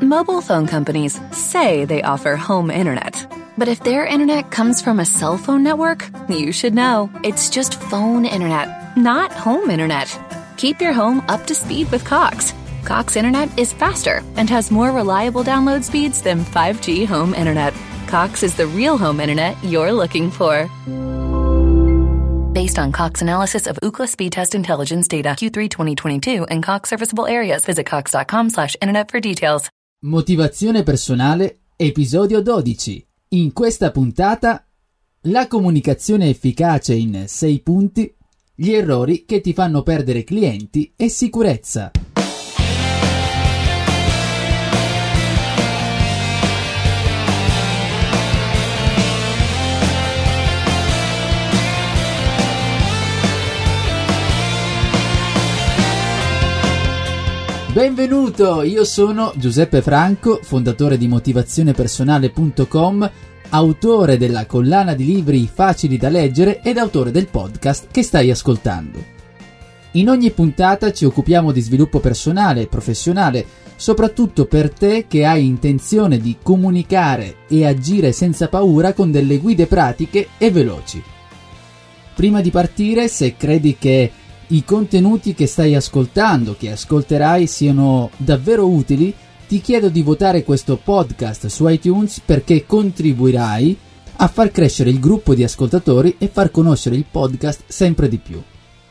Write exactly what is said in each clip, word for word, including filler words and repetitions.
Mobile phone companies say they offer home internet. But if their internet comes from a cell phone network, you should know. It's just phone internet, not home internet. Keep your home up to speed with Cox. Cox Internet is faster and has more reliable download speeds than five G home internet. Cox is the real home internet you're looking for. Based on Cox analysis of Ookla speed test intelligence data Q three twenty twenty-two and Cox serviceable areas. Visit cox.com slash internet for details. Motivazione personale, episodio dodici. In questa puntata, la comunicazione efficace in sei punti, gli errori che ti fanno perdere clienti e sicurezza. Benvenuto, io sono Giuseppe Franco, fondatore di motivazione personale punto com, autore della collana di libri facili da leggere ed autore del podcast che stai ascoltando. In ogni puntata ci occupiamo di sviluppo personale e professionale, soprattutto per te che hai intenzione di comunicare e agire senza paura con delle guide pratiche e veloci. Prima di partire, se credi che i contenuti che stai ascoltando, che ascolterai, siano davvero utili, ti chiedo di votare questo podcast su iTunes perché contribuirai a far crescere il gruppo di ascoltatori e far conoscere il podcast sempre di più.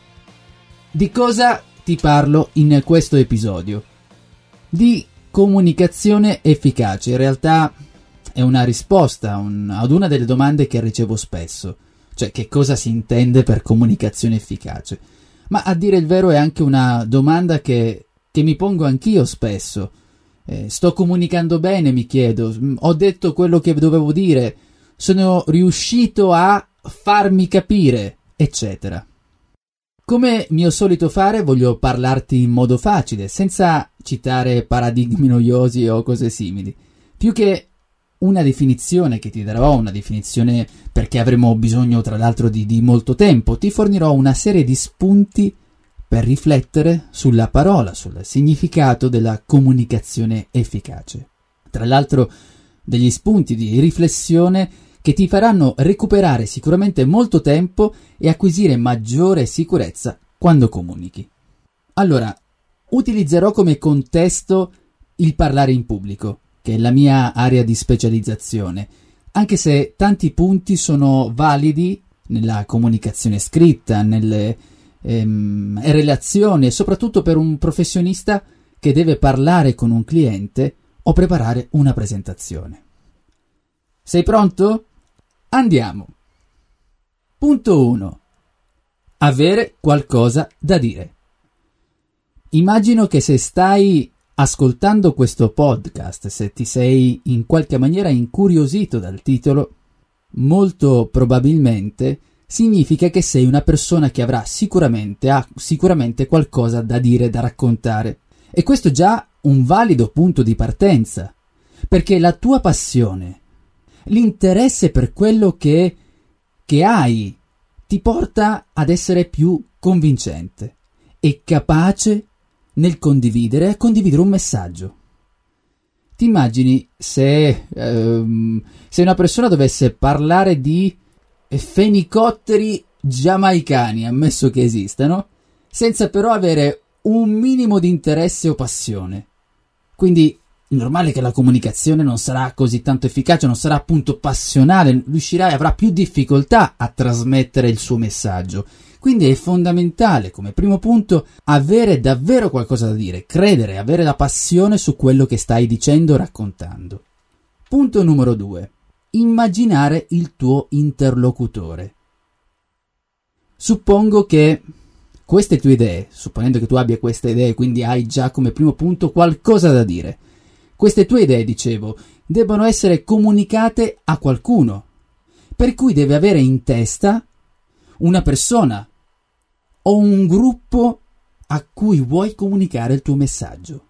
Di cosa ti parlo in questo episodio? Di comunicazione efficace. In realtà è una risposta un, ad una delle domande che ricevo spesso, cioè che cosa si intende per comunicazione efficace. Ma a dire il vero è anche una domanda che, che mi pongo anch'io spesso. Eh, sto comunicando bene, mi chiedo, ho detto quello che dovevo dire, sono riuscito a farmi capire, eccetera. Come mio solito fare, voglio parlarti in modo facile, senza citare paradigmi noiosi o cose simili. Più che una definizione che ti darò, una definizione perché avremo bisogno tra l'altro di, di molto tempo, ti fornirò una serie di spunti per riflettere sulla parola, sul significato della comunicazione efficace. Tra l'altro degli spunti di riflessione che ti faranno recuperare sicuramente molto tempo e acquisire maggiore sicurezza quando comunichi. Allora, utilizzerò come contesto il parlare in pubblico, che è la mia area di specializzazione, anche se tanti punti sono validi nella comunicazione scritta, nelle ehm, relazioni e soprattutto per un professionista che deve parlare con un cliente o preparare una presentazione. Sei pronto? Andiamo! Punto uno. Avere qualcosa da dire. Immagino che se stai ascoltando questo podcast, se ti sei in qualche maniera incuriosito dal titolo, molto probabilmente significa che sei una persona che avrà sicuramente, ha sicuramente qualcosa da dire, da raccontare. E questo è già un valido punto di partenza, perché la tua passione, l'interesse per quello che, che hai, ti porta ad essere più convincente e capace nel condividere e condividere un messaggio. Ti immagini se, ehm, se una persona dovesse parlare di fenicotteri giamaicani, ammesso che esistano, senza però avere un minimo di interesse o passione. Quindi è normale che la comunicazione non sarà così tanto efficace, non sarà appunto passionale, riuscirà e avrà più difficoltà a trasmettere il suo messaggio. Quindi è fondamentale, come primo punto, avere davvero qualcosa da dire, credere, avere la passione su quello che stai dicendo o raccontando. Punto numero due. Immaginare il tuo interlocutore. Suppongo che queste tue idee, supponendo che tu abbia queste idee, quindi hai già come primo punto qualcosa da dire. Queste tue idee, dicevo, debbano essere comunicate a qualcuno, per cui deve avere in testa una persona o un gruppo a cui vuoi comunicare il tuo messaggio.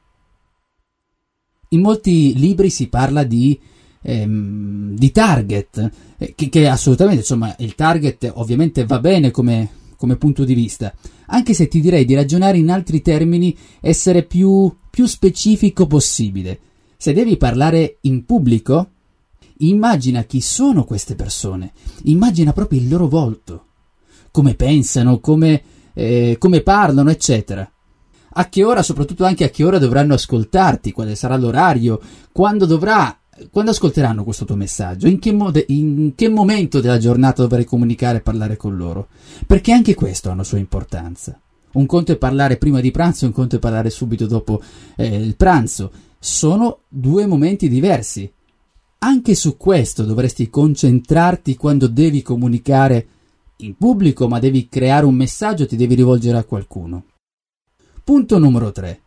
In molti libri si parla di, ehm, di target, eh, che, che assolutamente, insomma, il target ovviamente va bene come, come punto di vista, anche se ti direi di ragionare in altri termini, essere più, più specifico possibile. Se devi parlare in pubblico, immagina chi sono queste persone, immagina proprio il loro volto, come pensano, come, eh, come parlano, eccetera. A che ora, soprattutto anche a che ora dovranno ascoltarti, quale sarà l'orario, quando dovrà, quando ascolteranno questo tuo messaggio, in che, mode, in che momento della giornata dovrai comunicare e parlare con loro, perché anche questo ha una sua importanza. Un conto è parlare prima di pranzo, un conto è parlare subito dopo eh, il pranzo, sono due momenti diversi. Anche su questo dovresti concentrarti quando devi comunicare in pubblico, ma devi creare un messaggio, ti devi rivolgere a qualcuno. Punto numero tre.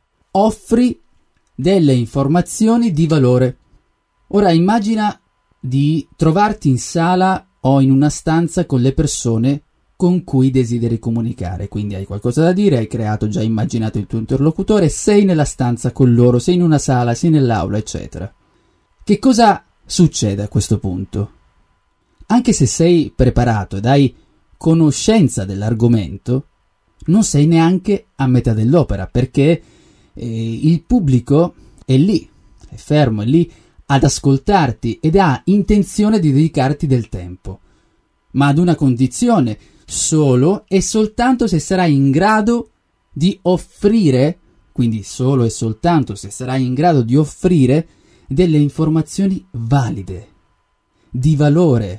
Offri delle informazioni di valore. Ora immagina di trovarti in sala o in una stanza con le persone con cui desideri comunicare, quindi hai qualcosa da dire, hai creato, già immaginato il tuo interlocutore, sei nella stanza con loro, sei in una sala, sei nell'aula, eccetera. Che cosa succede a questo punto? Anche se sei preparato ed hai conoscenza dell'argomento, non sei neanche a metà dell'opera, perché eh, il pubblico è lì, è fermo, è lì ad ascoltarti ed ha intenzione di dedicarti del tempo, ma ad una condizione: solo e soltanto se sarai in grado di offrire, quindi solo e soltanto se sarai in grado di offrire delle informazioni valide, di valore,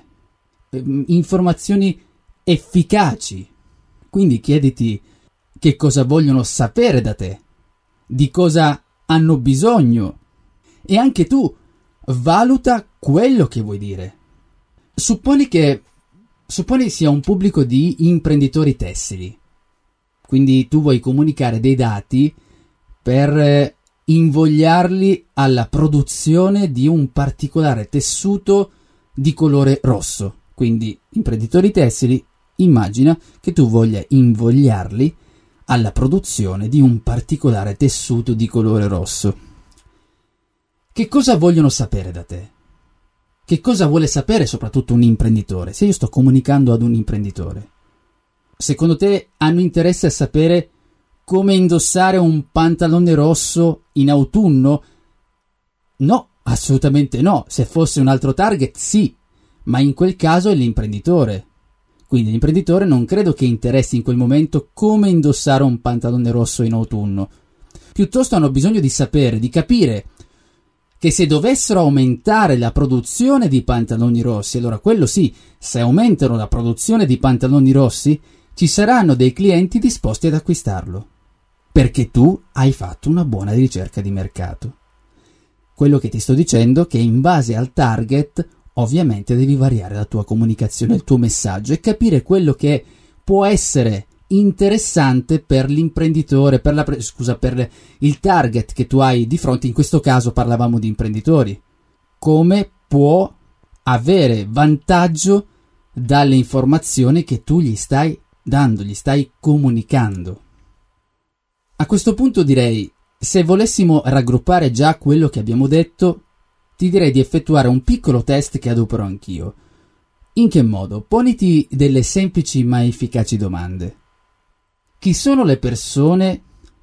informazioni efficaci. Quindi chiediti che cosa vogliono sapere da te, di cosa hanno bisogno, e anche tu valuta quello che vuoi dire. Supponi che supponi sia un pubblico di imprenditori tessili, quindi tu vuoi comunicare dei dati per invogliarli alla produzione di un particolare tessuto di colore rosso. Quindi imprenditori tessili, immagina che tu voglia invogliarli alla produzione di un particolare tessuto di colore rosso. Che cosa vogliono sapere da te? Che cosa vuole sapere soprattutto un imprenditore? Se io sto comunicando ad un imprenditore, secondo te hanno interesse a sapere come indossare un pantalone rosso in autunno? No, assolutamente no. Se fosse un altro target, sì, ma in quel caso è l'imprenditore. Quindi l'imprenditore non credo che interessi in quel momento come indossare un pantalone rosso in autunno. Piuttosto hanno bisogno di sapere, di capire che se dovessero aumentare la produzione di pantaloni rossi, allora quello sì, se aumentano la produzione di pantaloni rossi, ci saranno dei clienti disposti ad acquistarlo, perché tu hai fatto una buona ricerca di mercato. Quello che ti sto dicendo è che in base al target ovviamente devi variare la tua comunicazione, il tuo messaggio, e capire quello che può essere interessante per l'imprenditore, per la pre- scusa, per il target che tu hai di fronte. In questo caso parlavamo di imprenditori. Come può avere vantaggio dalle informazioni che tu gli stai dando, gli stai comunicando. A questo punto direi, se volessimo raggruppare già quello che abbiamo detto, ti direi di effettuare un piccolo test che adopero anch'io. In che modo? Poniti delle semplici ma efficaci domande. Chi sono le persone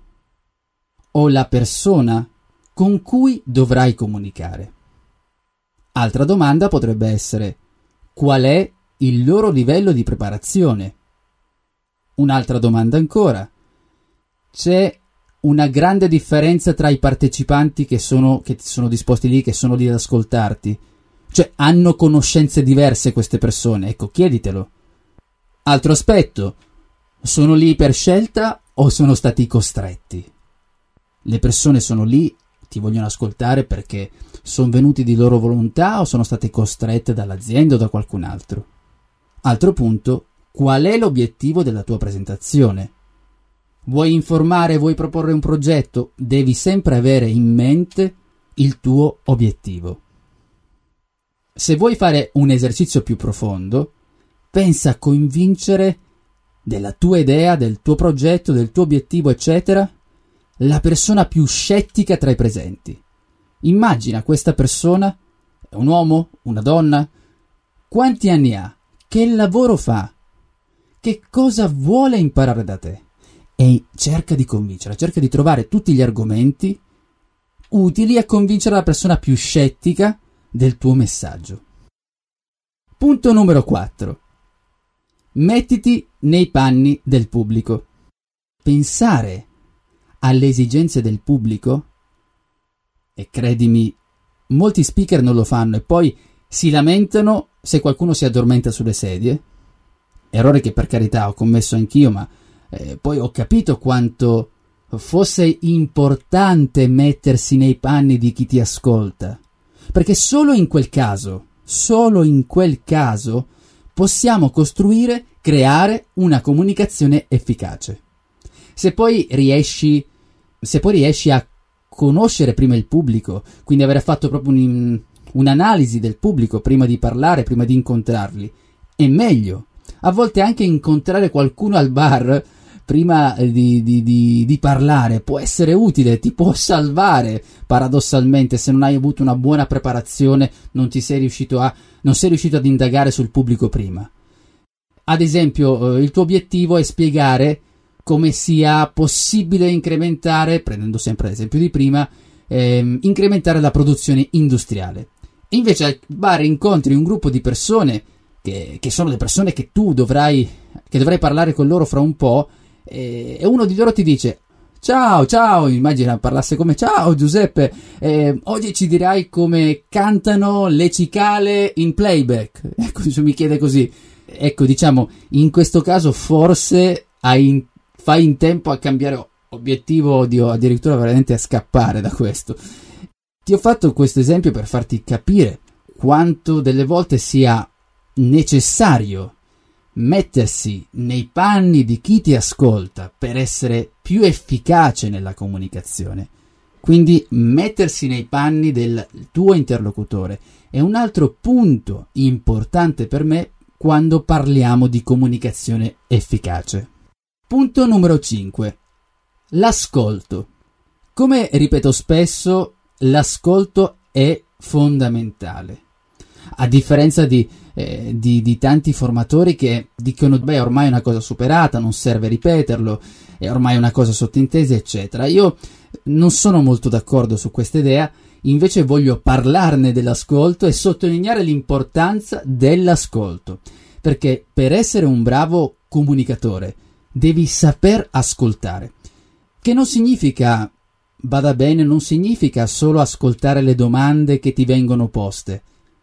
o la persona con cui dovrai comunicare? Altra domanda potrebbe essere: qual è il loro livello di preparazione? Un'altra domanda ancora: c'è una grande differenza tra i partecipanti che sono, che sono disposti lì, che sono lì ad ascoltarti? Cioè, hanno conoscenze diverse queste persone? Ecco, chieditelo. Altro aspetto: sono lì per scelta o sono stati costretti? Le persone sono lì, ti vogliono ascoltare perché sono venuti di loro volontà o sono state costrette dall'azienda o da qualcun altro? Altro punto: qual è l'obiettivo della tua presentazione? Vuoi informare, vuoi proporre un progetto? Devi sempre avere in mente il tuo obiettivo. Se vuoi fare un esercizio più profondo, pensa a convincere della tua idea, del tuo progetto, del tuo obiettivo, eccetera, la persona più scettica tra i presenti. Immagina questa persona, è un uomo, una donna, quanti anni ha, che lavoro fa, che cosa vuole imparare da te, e cerca di convincere, cerca di trovare tutti gli argomenti utili a convincere la persona più scettica del tuo messaggio. Punto numero quattro. Mettiti nei panni del pubblico. Pensare alle esigenze del pubblico, e credimi, molti speaker non lo fanno e poi si lamentano se qualcuno si addormenta sulle sedie, errore che per carità ho commesso anch'io, ma eh, poi ho capito quanto fosse importante mettersi nei panni di chi ti ascolta, perché solo in quel caso, solo in quel caso possiamo costruire, creare una comunicazione efficace. Se poi riesci, se poi riesci a conoscere prima il pubblico, quindi aver fatto proprio un, un'analisi del pubblico prima di parlare, prima di incontrarli, è meglio. A volte anche incontrare qualcuno al bar prima di, di, di, di parlare può essere utile, ti può salvare paradossalmente se non hai avuto una buona preparazione, non ti sei riuscito a non sei riuscito ad indagare sul pubblico prima. Ad esempio, eh, il tuo obiettivo è spiegare come sia possibile incrementare, prendendo sempre l'esempio di prima, ehm, incrementare la produzione industriale. E invece al bar incontri un gruppo di persone che, che sono le persone che tu dovrai, che dovrai parlare con loro fra un po', e, e uno di loro ti dice: ciao, ciao, immagina parlasse come: ciao Giuseppe, eh, oggi ci dirai come cantano le cicale in playback. Ecco, mi chiede così. Ecco, diciamo, in questo caso forse hai in fai in tempo a cambiare obiettivo o addirittura veramente a scappare da questo. Ti ho fatto questo esempio per farti capire quanto delle volte sia necessario mettersi nei panni di chi ti ascolta per essere più efficace nella comunicazione. Quindi mettersi nei panni del tuo interlocutore è un altro punto importante per me quando parliamo di comunicazione efficace. Punto numero cinque. L'ascolto. Come ripeto spesso, l'ascolto è fondamentale. A differenza di, eh, di, di tanti formatori che dicono: beh, ormai è una cosa superata, non serve ripeterlo, è ormai una cosa sottintesa, eccetera. Io non sono molto d'accordo su questa idea, invece voglio parlarne dell'ascolto e sottolineare l'importanza dell'ascolto, perché per essere un bravo comunicatore devi saper ascoltare, che non significa, bada bene, non significa solo ascoltare le domande che ti vengono poste,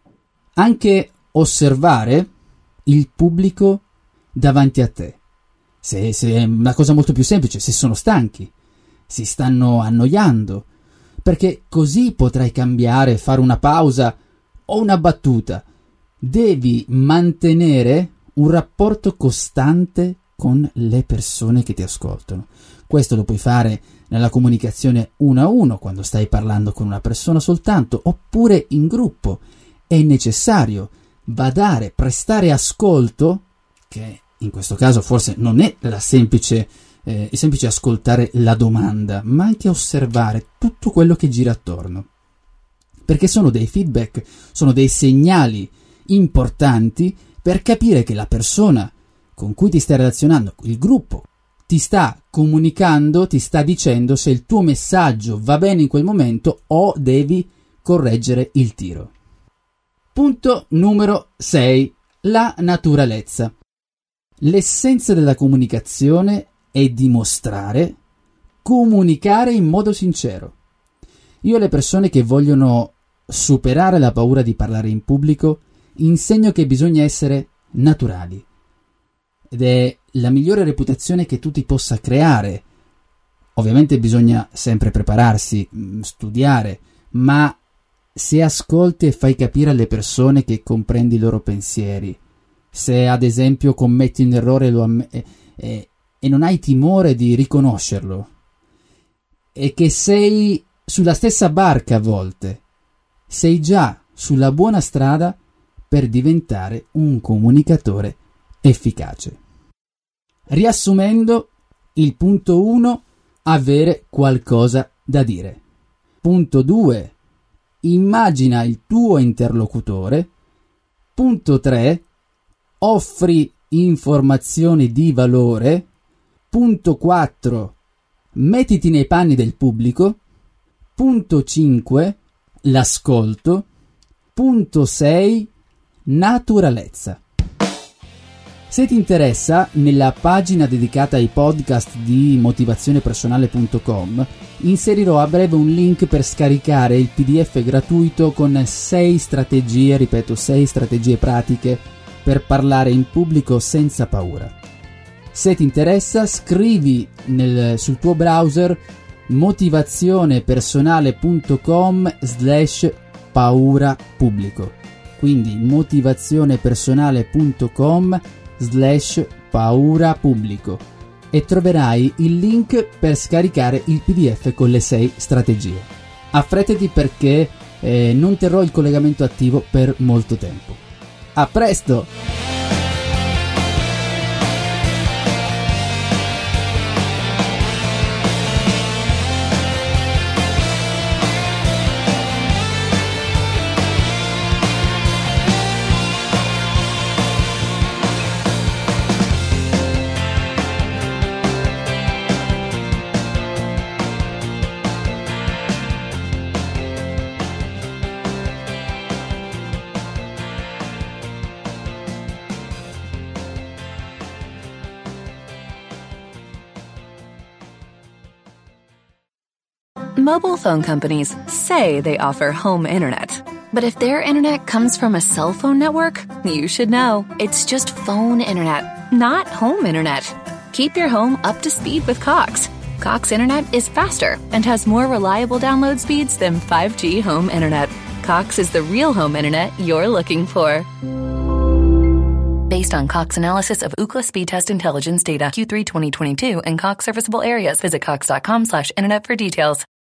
anche osservare il pubblico davanti a te. Se, se è una cosa molto più semplice, se sono stanchi, si stanno annoiando, perché così potrai cambiare, fare una pausa o una battuta. Devi mantenere un rapporto costante con le persone che ti ascoltano. Questo lo puoi fare nella comunicazione uno a uno, quando stai parlando con una persona soltanto, oppure in gruppo. È necessario badare, prestare ascolto, che in questo caso forse non è la semplice, eh, è semplice ascoltare la domanda, ma anche osservare tutto quello che gira attorno. Perché sono dei feedback, sono dei segnali importanti per capire che la persona con cui ti stai relazionando, il gruppo, ti sta comunicando, ti sta dicendo se il tuo messaggio va bene in quel momento o devi correggere il tiro. Punto numero sei. La naturalezza. L'essenza della comunicazione è dimostrare, comunicare in modo sincero. Io alle persone che vogliono superare la paura di parlare in pubblico insegno che bisogna essere naturali. Ed è la migliore reputazione che tu ti possa creare. Ovviamente bisogna sempre prepararsi, studiare, ma se ascolti e fai capire alle persone che comprendi i loro pensieri, se ad esempio commetti un errore lo amm- e, e, e non hai timore di riconoscerlo, e che sei sulla stessa barca a volte, sei già sulla buona strada per diventare un comunicatore efficace. Riassumendo, il punto uno, avere qualcosa da dire. Punto due, immagina il tuo interlocutore. Punto tre, offri informazioni di valore. Punto quattro, mettiti nei panni del pubblico. Punto cinque, l'ascolto. Punto sei, naturalezza. Se ti interessa, nella pagina dedicata ai podcast di motivazione personale punto com inserirò a breve un link per scaricare il P D F gratuito con sei strategie, ripeto, sei strategie pratiche per parlare in pubblico senza paura. Se ti interessa, scrivi nel, sul tuo browser motivazione personale punto com slash paura pubblico. Quindi motivazione personale punto com slash paura pubblico e troverai il link per scaricare il P D F con le sei strategie. Affrettati perché eh, non terrò il collegamento attivo per molto tempo. A presto! Mobile phone companies say they offer home internet. But if their internet comes from a cell phone network, you should know. It's just phone internet, not home internet. Keep your home up to speed with Cox. Cox internet is faster and has more reliable download speeds than five G home internet. Cox is the real home internet you're looking for. Based on Cox analysis of Ookla speed test intelligence data Q three twenty twenty-two and Cox serviceable areas, visit cox dot com slash internet for details.